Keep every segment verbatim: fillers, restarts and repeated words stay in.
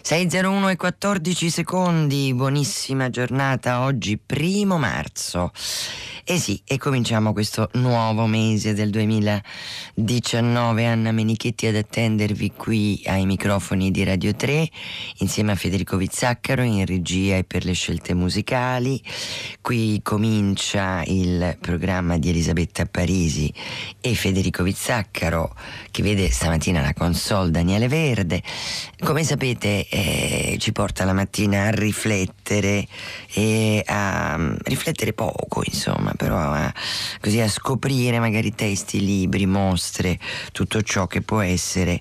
sei e zero uno e quattordici secondi, buonissima giornata oggi, primo marzo. E sì, e cominciamo questo nuovo mese del duemiladiciannove. Anna Menichetti ad attendervi qui ai microfoni di Radio tre, insieme a Federico Vizzaccaro in regia e per le scelte musicali. Qui comincia il programma di Elisabetta Parisi e Federico Vizzaccaro, che vede stamattina la console Daniele Verde. Come sapete eh, ci porta la mattina a riflettere e a um, riflettere poco, insomma, però a, così a scoprire magari testi, libri, mostre, tutto ciò che può essere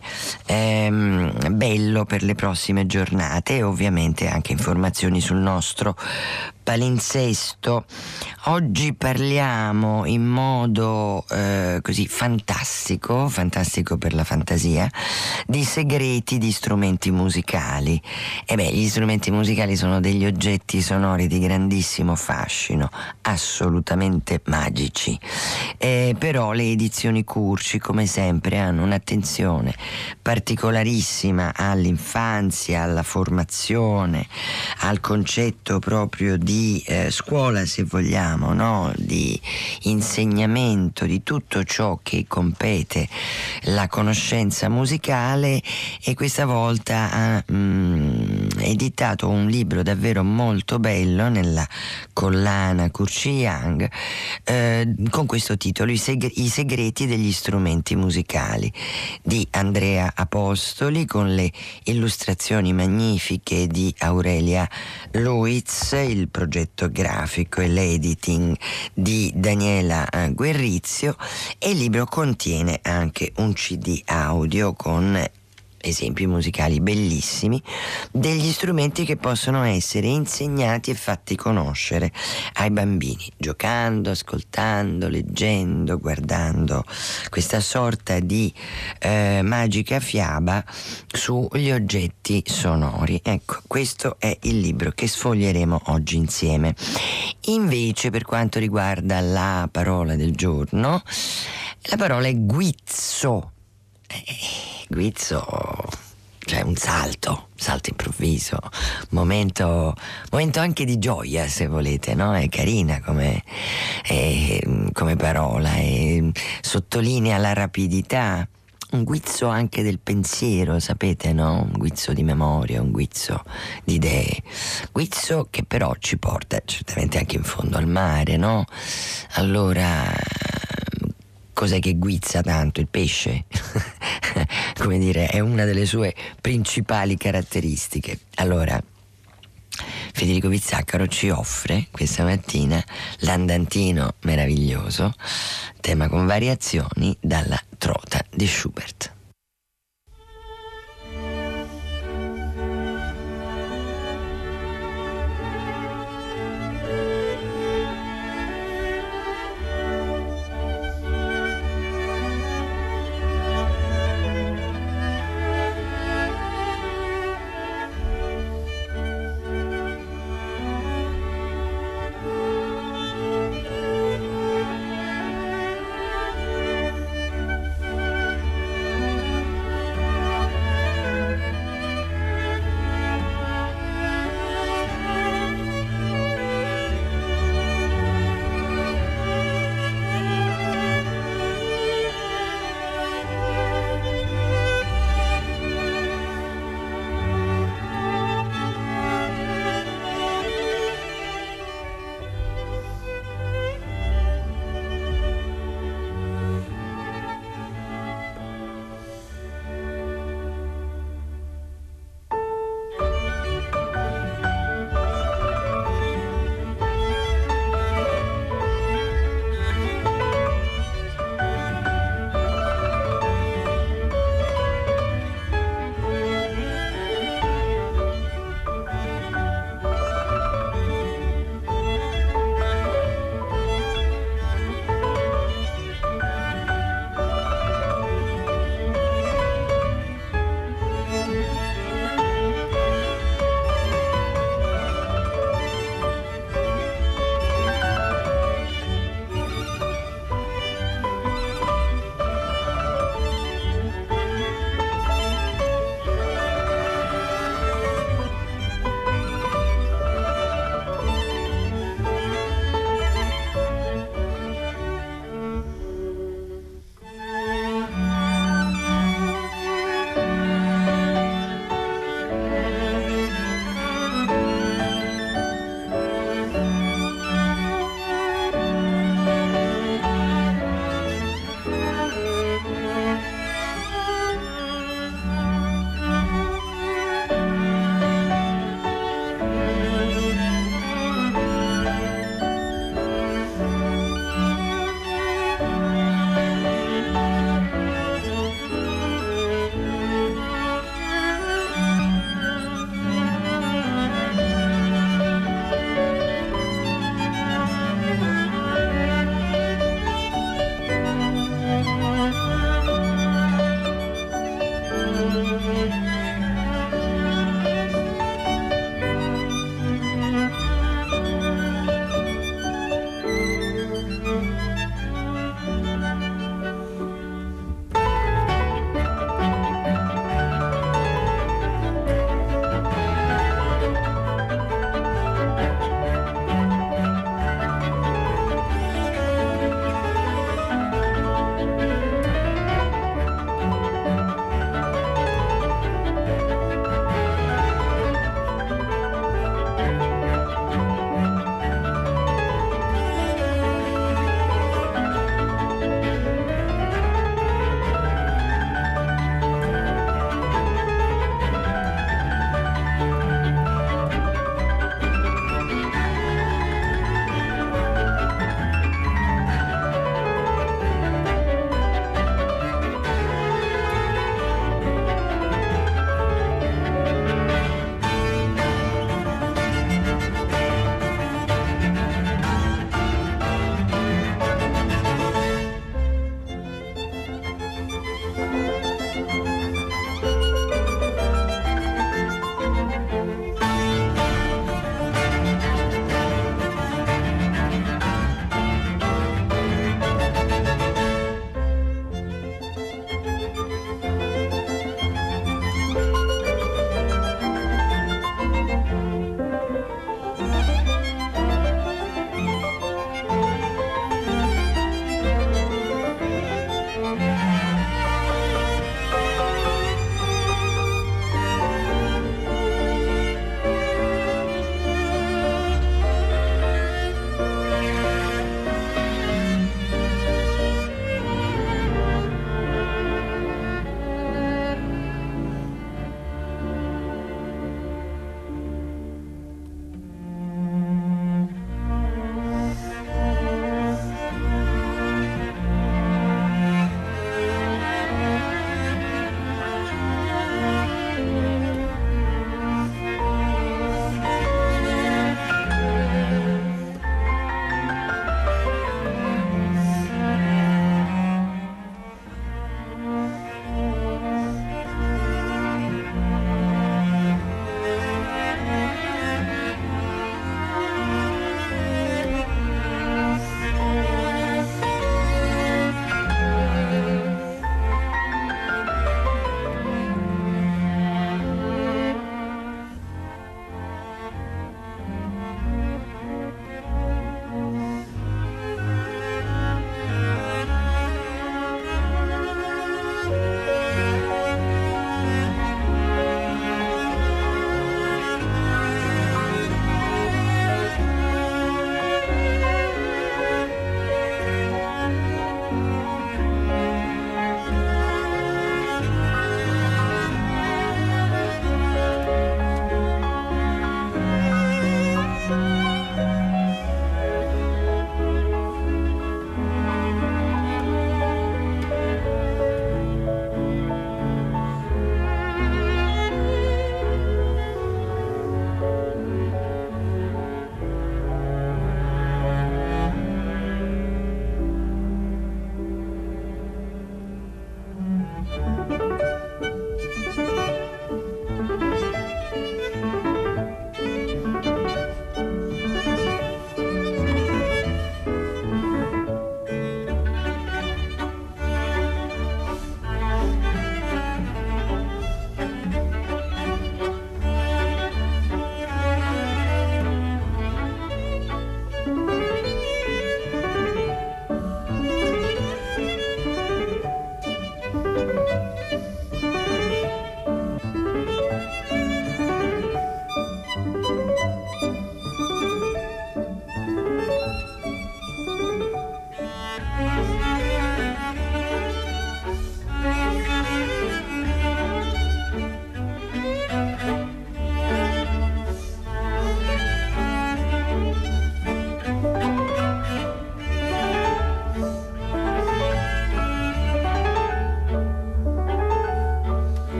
ehm, bello per le prossime giornate, e ovviamente anche informazioni sul nostro palinsesto. Oggi parliamo in modo eh, così fantastico, fantastico per la fantasia, di segreti di strumenti musicali. E beh, gli strumenti musicali sono degli oggetti sonori di grandissimo fascino, assolutamente magici. Eh, però le edizioni Curci, come sempre, hanno un'attenzione particolarissima all'infanzia, alla formazione, al concetto proprio di di eh, scuola, se vogliamo, no? Di insegnamento di tutto ciò che compete la conoscenza musicale, e questa volta ha mm, editato un libro davvero molto bello nella collana Curci Young eh, con questo titolo: I, seg- I segreti degli strumenti musicali, di Andrea Apostoli, con le illustrazioni magnifiche di Aurelia Luiz, il progetto grafico e l'editing di Daniela Guerrizio, e il libro contiene anche un C D audio con esempi musicali bellissimi degli strumenti che possono essere insegnati e fatti conoscere ai bambini, giocando, ascoltando, leggendo, guardando questa sorta di eh, magica fiaba sugli oggetti sonori. Ecco, questo è il libro che sfoglieremo oggi insieme. Invece, per quanto riguarda la parola del giorno, la parola è guizzo. Eh, Guizzo, cioè un salto, salto improvviso, momento, momento anche di gioia, se volete, no? È carina come, è, come parola, e sottolinea la rapidità, un guizzo anche del pensiero, sapete, no? Un guizzo di memoria, un guizzo di idee, guizzo che però ci porta certamente anche in fondo al mare, no? Allora, cos'è che guizza tanto? Il pesce? Come dire, è una delle sue principali caratteristiche. Allora, Federico Vizzaccaro ci offre questa mattina l'andantino meraviglioso, tema con variazioni, dalla Trota di Schubert.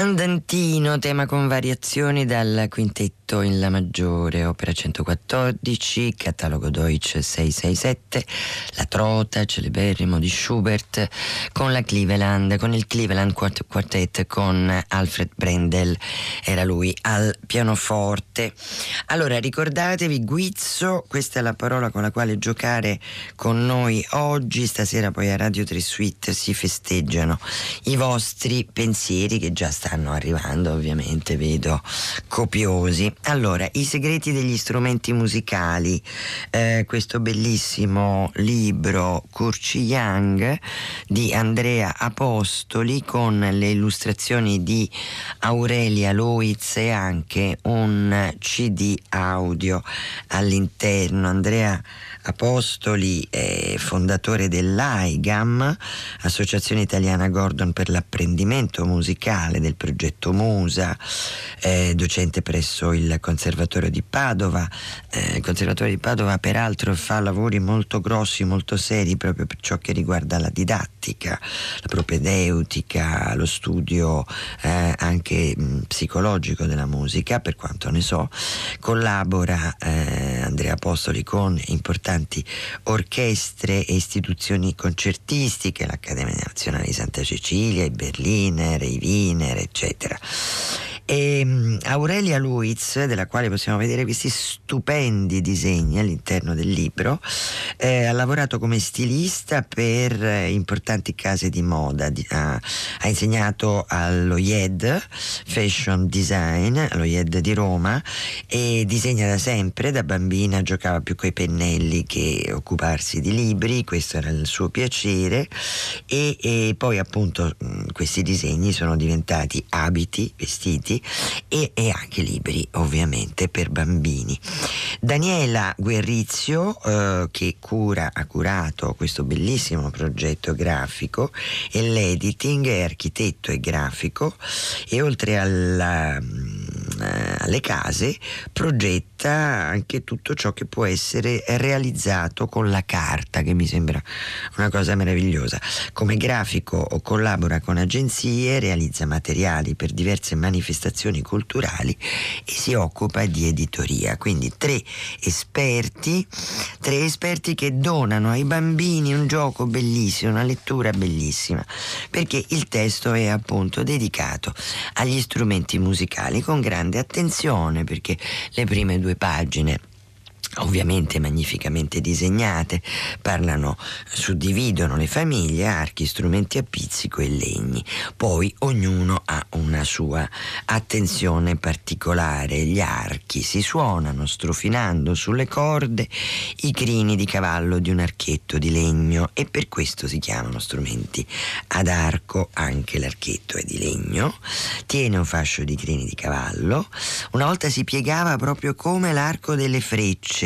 Andantino, tema con variazioni dal quintetto in La maggiore, opera centoquattordici, catalogo Deutsch seicentosessantasette, La Trota, celeberrimo di Schubert, con la Cleveland, con il Cleveland Quartet, con Alfred Brendel, era lui al pianoforte. Allora ricordatevi, guizzo, questa è la parola con la quale giocare con noi oggi. Stasera poi a Radio tre Suite si festeggiano i vostri pensieri, che già stanno arrivando, ovviamente vedo copiosi. Allora, i segreti degli strumenti musicali, eh, questo bellissimo libro Curci Young di Andrea Apostoli, con le illustrazioni di Aurelia Loitz e anche un C D audio all'interno. Andrea Apostoli è fondatore dell'A I G A M, Associazione Italiana Gordon per l'apprendimento musicale, del progetto Musa, eh, docente presso il Conservatorio di Padova. Eh, il Conservatorio di Padova peraltro fa lavori molto grossi, molto seri proprio per ciò che riguarda la didattica, la propedeutica, lo studio eh, anche mh, psicologico della musica, per quanto ne so. Collabora eh, Andrea Apostoli con importanti orchestre e istituzioni concertistiche, l'Accademia Nazionale di Santa Cecilia, i Berliner, i Wiener, eccetera. E um, Aurelia Loitz, della quale possiamo vedere questi stupendi disegni all'interno del libro, eh, ha lavorato come stilista per eh, importanti case di moda, di, ha, ha insegnato allo I E D Fashion Design, allo I E D di Roma, e disegna da sempre. Da bambina giocava più coi pennelli che occuparsi di libri, questo era il suo piacere, e, e poi appunto mh, questi disegni sono diventati abiti, vestiti E, e anche libri, ovviamente, per bambini. Daniela Guerrizio, eh, che cura, ha curato questo bellissimo progetto grafico e l'editing, è architetto e grafico, e oltre alla, eh, alle case progetta anche tutto ciò che può essere realizzato con la carta, che mi sembra una cosa meravigliosa. Come grafico collabora con agenzie, realizza materiali per diverse manifestazioni culturali e si occupa di editoria. Quindi tre esperti, tre esperti che donano ai bambini un gioco bellissimo, una lettura bellissima, perché il testo è appunto dedicato agli strumenti musicali con grande attenzione, perché le prime due pagine, ovviamente magnificamente disegnate, parlano, suddividono le famiglie, archi, strumenti a pizzico e legni. Poi ognuno ha una sua attenzione particolare. Gli archi si suonano strofinando sulle corde i crini di cavallo di un archetto di legno, e per questo si chiamano strumenti ad arco. Anche l'archetto è di legno, tiene un fascio di crini di cavallo. Una volta si piegava proprio come l'arco delle frecce,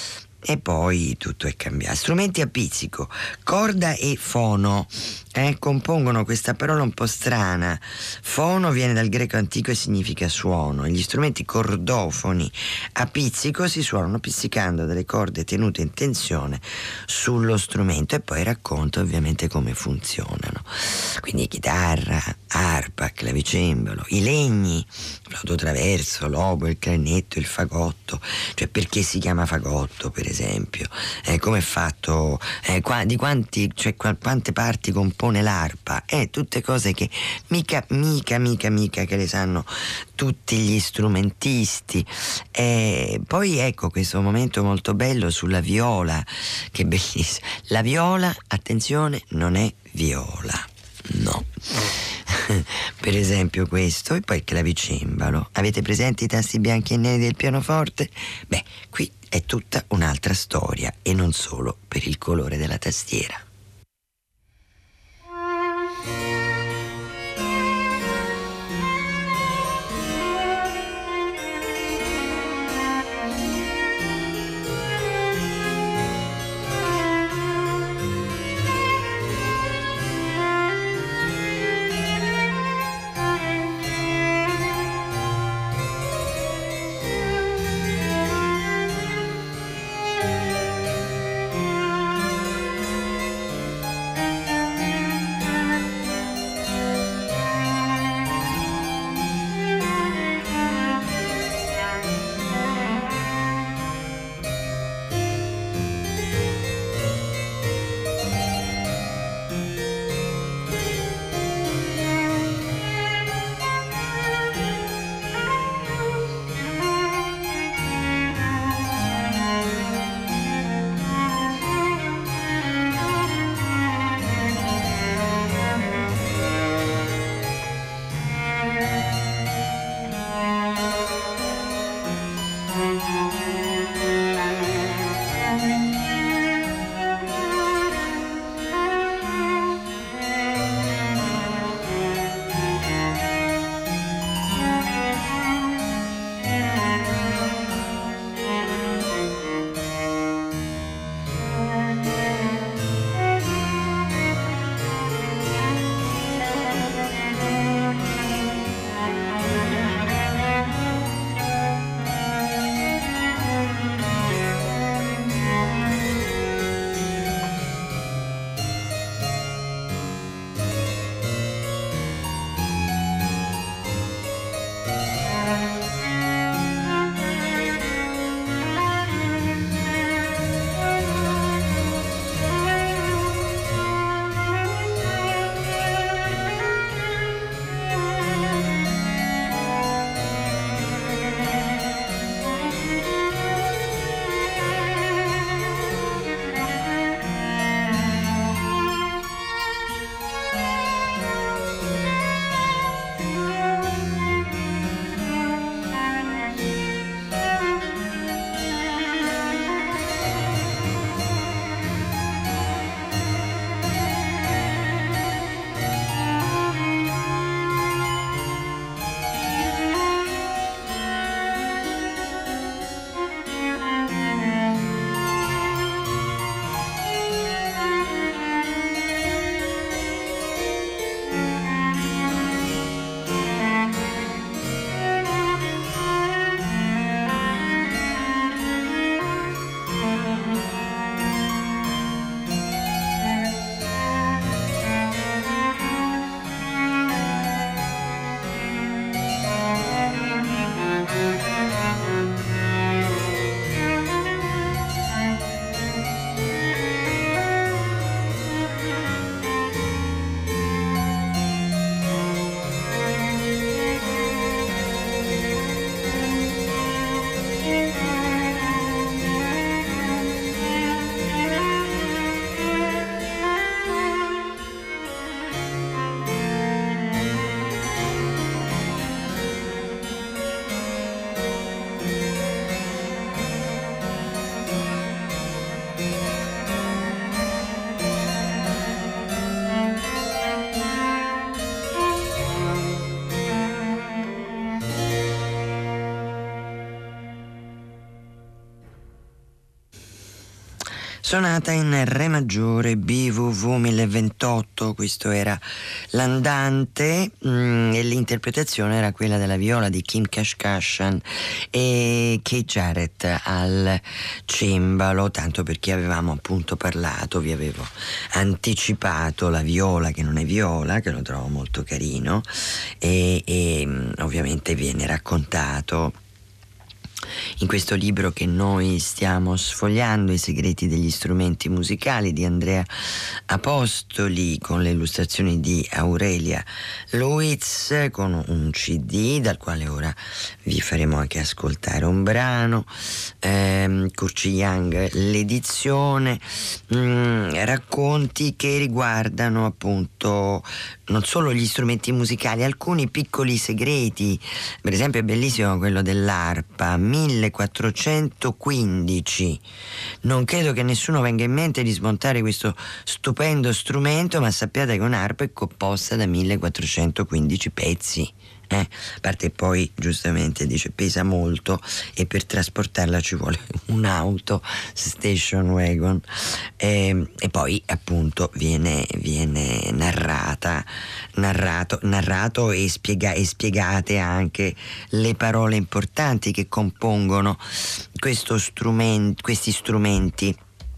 e poi tutto è cambiato. Strumenti a pizzico, corda e fono eh, compongono questa parola un po' strana. Fono viene dal greco antico e significa suono, e gli strumenti cordofoni a pizzico si suonano pizzicando delle corde tenute in tensione sullo strumento, e poi racconta ovviamente come funzionano. Quindi chitarra, arpa, clavicembalo, i legni, flauto traverso, l'oboe, il clarinetto, il fagotto. Cioè, perché si chiama fagotto, per esempio, eh, come è fatto, eh, qua, di quanti, cioè, quante parti compone l'arpa, eh, tutte cose che mica, mica, mica, mica che le sanno tutti gli strumentisti. Eh, poi ecco questo momento molto bello sulla viola, che bellissimo. La viola, attenzione, non è viola, no. Per esempio questo, e poi il clavicembalo. Avete presente i tasti bianchi e neri del pianoforte? Beh, qui è tutta un'altra storia, e non solo per il colore della tastiera. Sonata in Re maggiore B V V mille ventotto, questo era l'andante mm, e l'interpretazione era quella della viola di Kim Kashkashian e Kate Jarrett al cembalo, tanto perché avevamo appunto parlato, vi avevo anticipato la viola che non è viola, che lo trovo molto carino e, e mm, ovviamente viene raccontato in questo libro che noi stiamo sfogliando, I segreti degli strumenti musicali di Andrea Apostoli, con le illustrazioni di Aurelia Luiz, con un C D dal quale ora vi faremo anche ascoltare un brano, ehm, Curci Young l'edizione, mh, racconti che riguardano appunto non solo gli strumenti musicali, alcuni piccoli segreti. Per esempio è bellissimo quello dell'arpa millequattrocentoquindici. Non credo che nessuno venga in mente di smontare questo stupendo strumento, ma sappiate che un'arpa è composta da millequattrocentoquindici pezzi. Eh, a parte poi giustamente dice pesa molto e per trasportarla ci vuole un'auto station wagon e, e poi appunto viene, viene narrata narrato, narrato e, spiega, e spiegate anche le parole importanti che compongono questo strument, questi strumenti.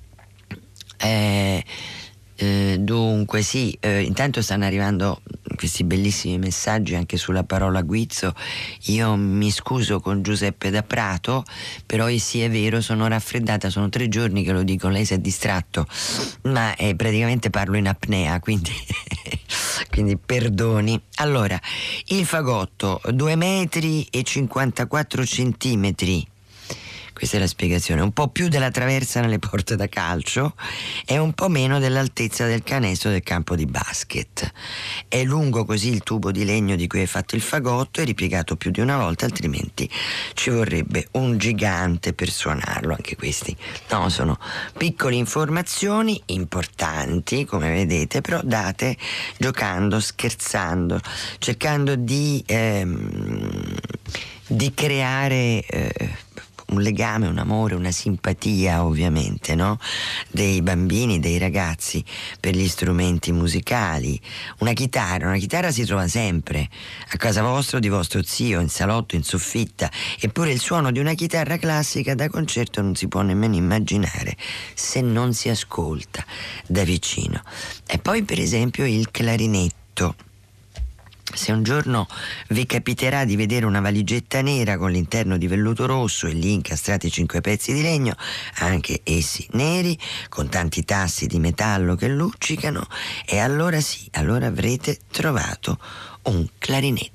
eh, Eh, dunque sì, eh, intanto stanno arrivando questi bellissimi messaggi anche sulla parola guizzo. Io mi scuso con Giuseppe da Prato, però eh sì è vero, sono raffreddata, sono tre giorni che lo dico, lei si è distratto, ma eh, praticamente parlo in apnea, quindi quindi perdoni. Allora, il fagotto due metri e cinquantaquattro centimetri. Questa è la spiegazione, un po' più della traversa nelle porte da calcio e un po' meno dell'altezza del canestro del campo di basket. È lungo così il tubo di legno di cui è fatto il fagotto, è ripiegato più di una volta, altrimenti ci vorrebbe un gigante per suonarlo. Anche questi no, sono piccole informazioni importanti, come vedete, però date giocando, scherzando, cercando di, ehm, di creare eh, un legame, un amore, una simpatia ovviamente, no? Dei bambini, dei ragazzi per gli strumenti musicali. Una chitarra, una chitarra si trova sempre a casa vostra o di vostro zio, in salotto, in soffitta, eppure il suono di una chitarra classica da concerto non si può nemmeno immaginare se non si ascolta da vicino. E poi per esempio il clarinetto. Se un giorno vi capiterà di vedere una valigetta nera con l'interno di velluto rosso e lì incastrati cinque pezzi di legno, anche essi neri, con tanti tassi di metallo che luccicano, e allora sì, allora avrete trovato un clarinetto.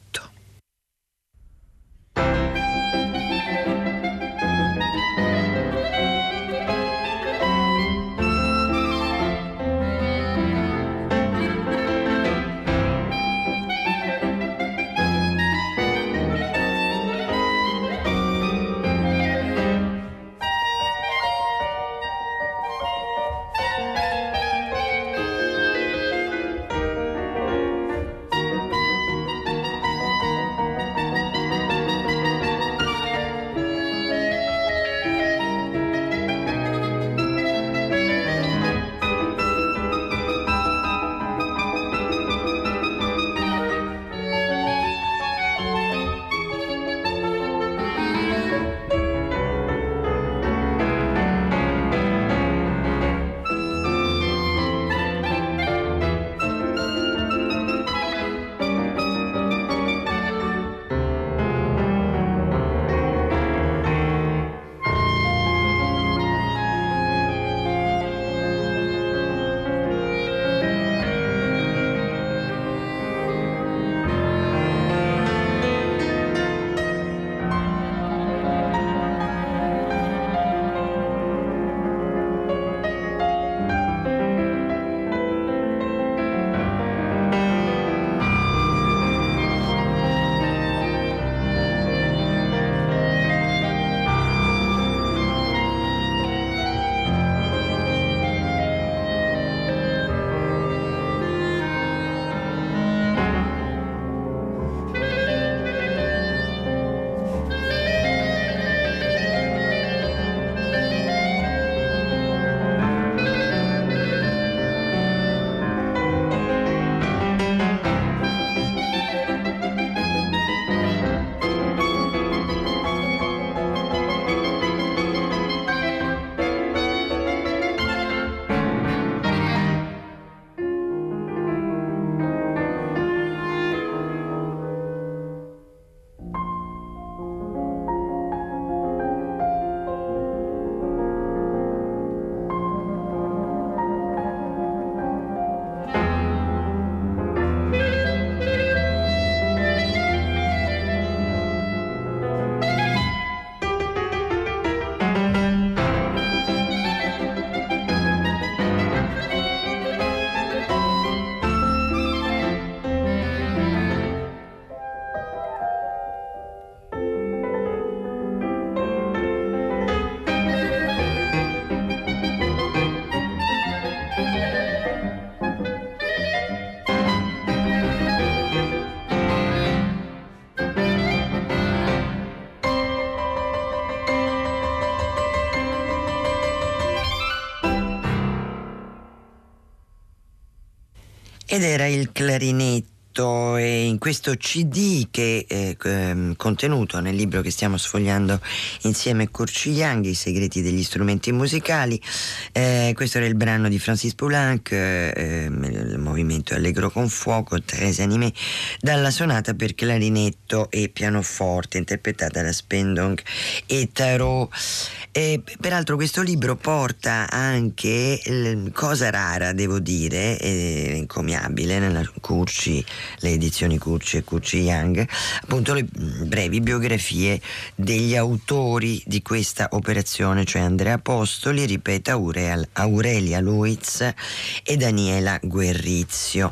Ed era il clarinetto, e in questo C D che è eh, contenuto nel libro che stiamo sfogliando insieme a Curci Young, I segreti degli strumenti musicali. Eh, questo era il brano di Francis Poulenc, eh, il movimento Allegro con fuoco, Tres animé, dalla sonata per clarinetto e pianoforte interpretata da Spendong e Tarot. E peraltro questo libro porta anche, eh, cosa rara devo dire, eh, encomiabile nella Curci, le edizioni Curci e Curci Young, appunto le brevi biografie degli autori di questa operazione, cioè Andrea Apostoli, ripeta Aurel, Aurelia Luiz e Daniela Guerrizio.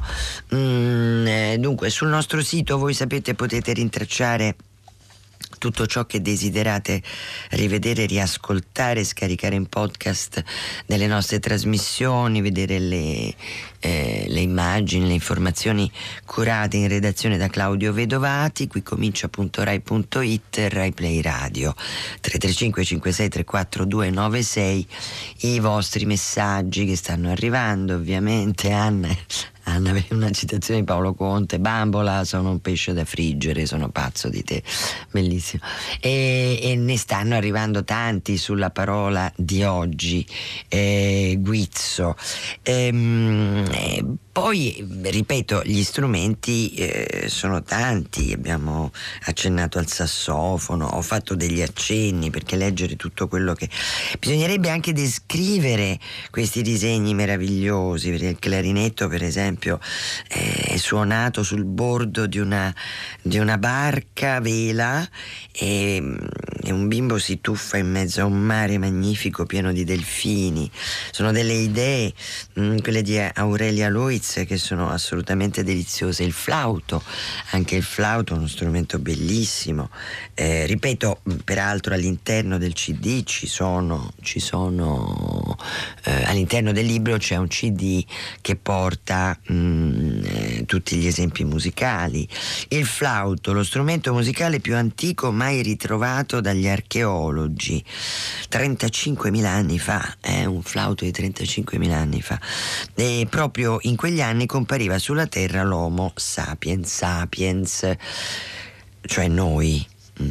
Mm, eh, dunque sul nostro sito, voi sapete, potete rintracciare tutto ciò che desiderate rivedere, riascoltare, scaricare in podcast delle nostre trasmissioni, vedere le, eh, le immagini, le informazioni curate in redazione da Claudio Vedovati. Qui comincia punto rai punto it, Rai Play Radio, tre tre cinque cinque sei tre quattro due nove sei, i vostri messaggi che stanno arrivando ovviamente. Anna Anna, una citazione di Paolo Conte: bambola, sono un pesce da friggere, sono pazzo di te, bellissimo. E, e ne stanno arrivando tanti sulla parola di oggi, eh, guizzo. Ehm, eh, poi, ripeto, gli strumenti eh, sono tanti, abbiamo accennato al sassofono, ho fatto degli accenni, perché leggere tutto quello che... Bisognerebbe anche descrivere questi disegni meravigliosi, perché il clarinetto, per esempio, è suonato sul bordo di una, di una barca a vela, e, e un bimbo si tuffa in mezzo a un mare magnifico pieno di delfini. Sono delle idee, mh, quelle di Aurelia Luiz, che sono assolutamente deliziose. Il flauto, anche il flauto è uno strumento bellissimo. Eh, ripeto, peraltro all'interno del C D ci sono, ci sono eh, all'interno del libro c'è un C D che porta mh, eh, tutti gli esempi musicali. Il flauto, lo strumento musicale più antico mai ritrovato dagli archeologi, trentacinquemila anni fa, eh, un flauto di trentacinquemila anni fa. E proprio in quegli anni compariva sulla terra l'Homo sapiens sapiens, cioè noi. Mm.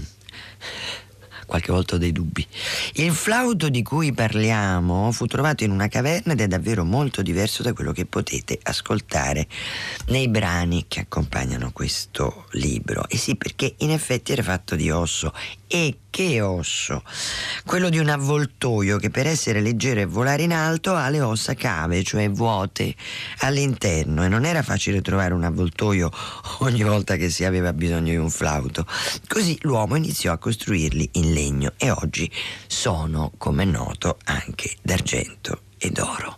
Qualche volta ho dei dubbi. Il flauto di cui parliamo fu trovato in una caverna ed è davvero molto diverso da quello che potete ascoltare nei brani che accompagnano questo libro. E sì, perché in effetti era fatto di osso. E che osso! Quello di un avvoltoio che, per essere leggero e volare in alto, ha le ossa cave, cioè vuote all'interno, e non era facile trovare un avvoltoio ogni volta che si aveva bisogno di un flauto. Così l'uomo iniziò a costruirli in legno, e oggi sono, come è noto, anche d'argento e d'oro.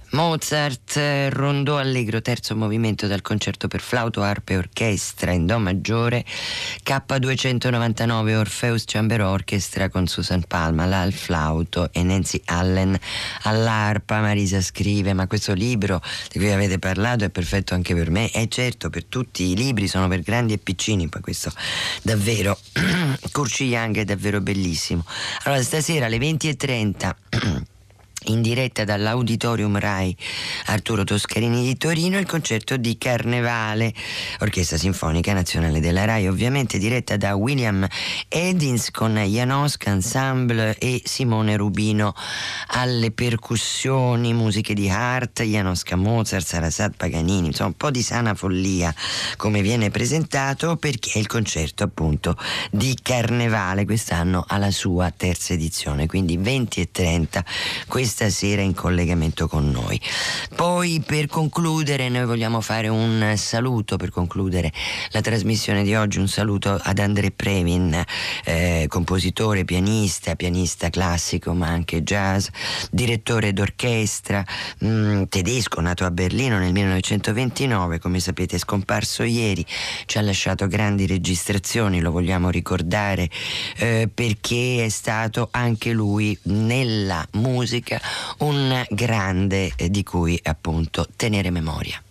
Mozart, rondò allegro, terzo movimento dal concerto per flauto, arpa e orchestra in do maggiore, K duecentonovantanove, Orpheus Chamber Orchestra con Susan Palma al flauto e Nancy Allen all'arpa. Marisa scrive: ma questo libro di cui avete parlato è perfetto anche per me. E certo, per tutti i libri sono per grandi e piccini, poi questo davvero Curci Young è davvero bellissimo. Allora, stasera alle venti e trenta in diretta dall'Auditorium Rai Arturo Toscarini di Torino, il concerto di Carnevale, Orchestra Sinfonica Nazionale della Rai, ovviamente diretta da William Edins con Janoska Ensemble e Simone Rubino alle percussioni, musiche di Hart, Janoska Mozart, Sarasate Paganini, insomma un po' di sana follia come viene presentato, perché è il concerto appunto di Carnevale, quest'anno alla sua terza edizione, quindi venti e trenta questa sera in collegamento con noi. Poi, per concludere, noi vogliamo fare un saluto per concludere la trasmissione di oggi, un saluto ad André Previn, eh, compositore, pianista, pianista classico ma anche jazz, direttore d'orchestra, mh, tedesco, nato a Berlino nel millenovecentoventinove, come sapete è scomparso ieri, ci ha lasciato grandi registrazioni, lo vogliamo ricordare eh, perché è stato anche lui nella musica un grande eh, di cui appunto tenere memoria.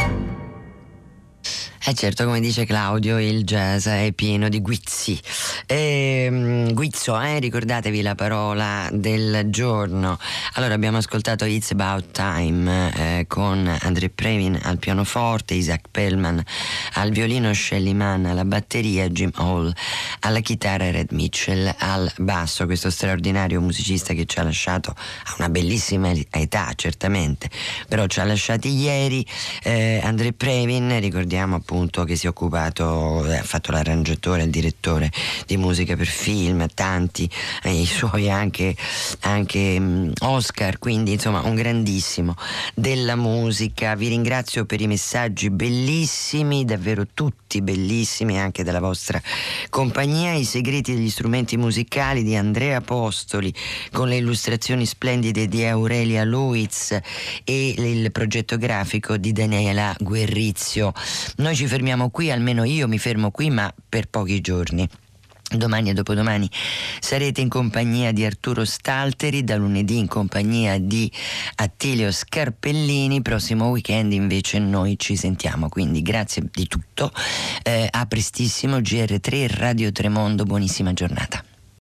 Eh certo, come dice Claudio, il jazz è pieno di guizzi E, Guizzo, eh, ricordatevi la parola del giorno. Allora abbiamo ascoltato It's About Time eh, con Andre Previn al pianoforte, Isaac Pellman al violino, Shelly Mann alla batteria, Jim Hall alla chitarra e Red Mitchell al basso. Questo straordinario musicista che ci ha lasciato a una bellissima età, certamente, però ci ha lasciati ieri. eh, Andre Previn, ricordiamo appunto che si è occupato, ha fatto l'arrangiatore, il direttore di musica per film, tanti eh, i suoi anche, anche um, Oscar, quindi insomma un grandissimo della musica. Vi ringrazio per i messaggi bellissimi, davvero tutti bellissimi, anche della vostra compagnia. I segreti degli strumenti musicali di Andrea Apostoli, con le illustrazioni splendide di Aurelia Luiz e il progetto grafico di Daniela Guerrizio. Noi ci fermiamo qui, almeno io mi fermo qui, ma per pochi giorni. Domani e dopodomani sarete in compagnia di Arturo Stalteri, da lunedì in compagnia di Attilio Scarpellini. Prossimo weekend invece noi ci sentiamo, quindi grazie di tutto, eh, a prestissimo. G R tre Radio Tremondo, buonissima giornata.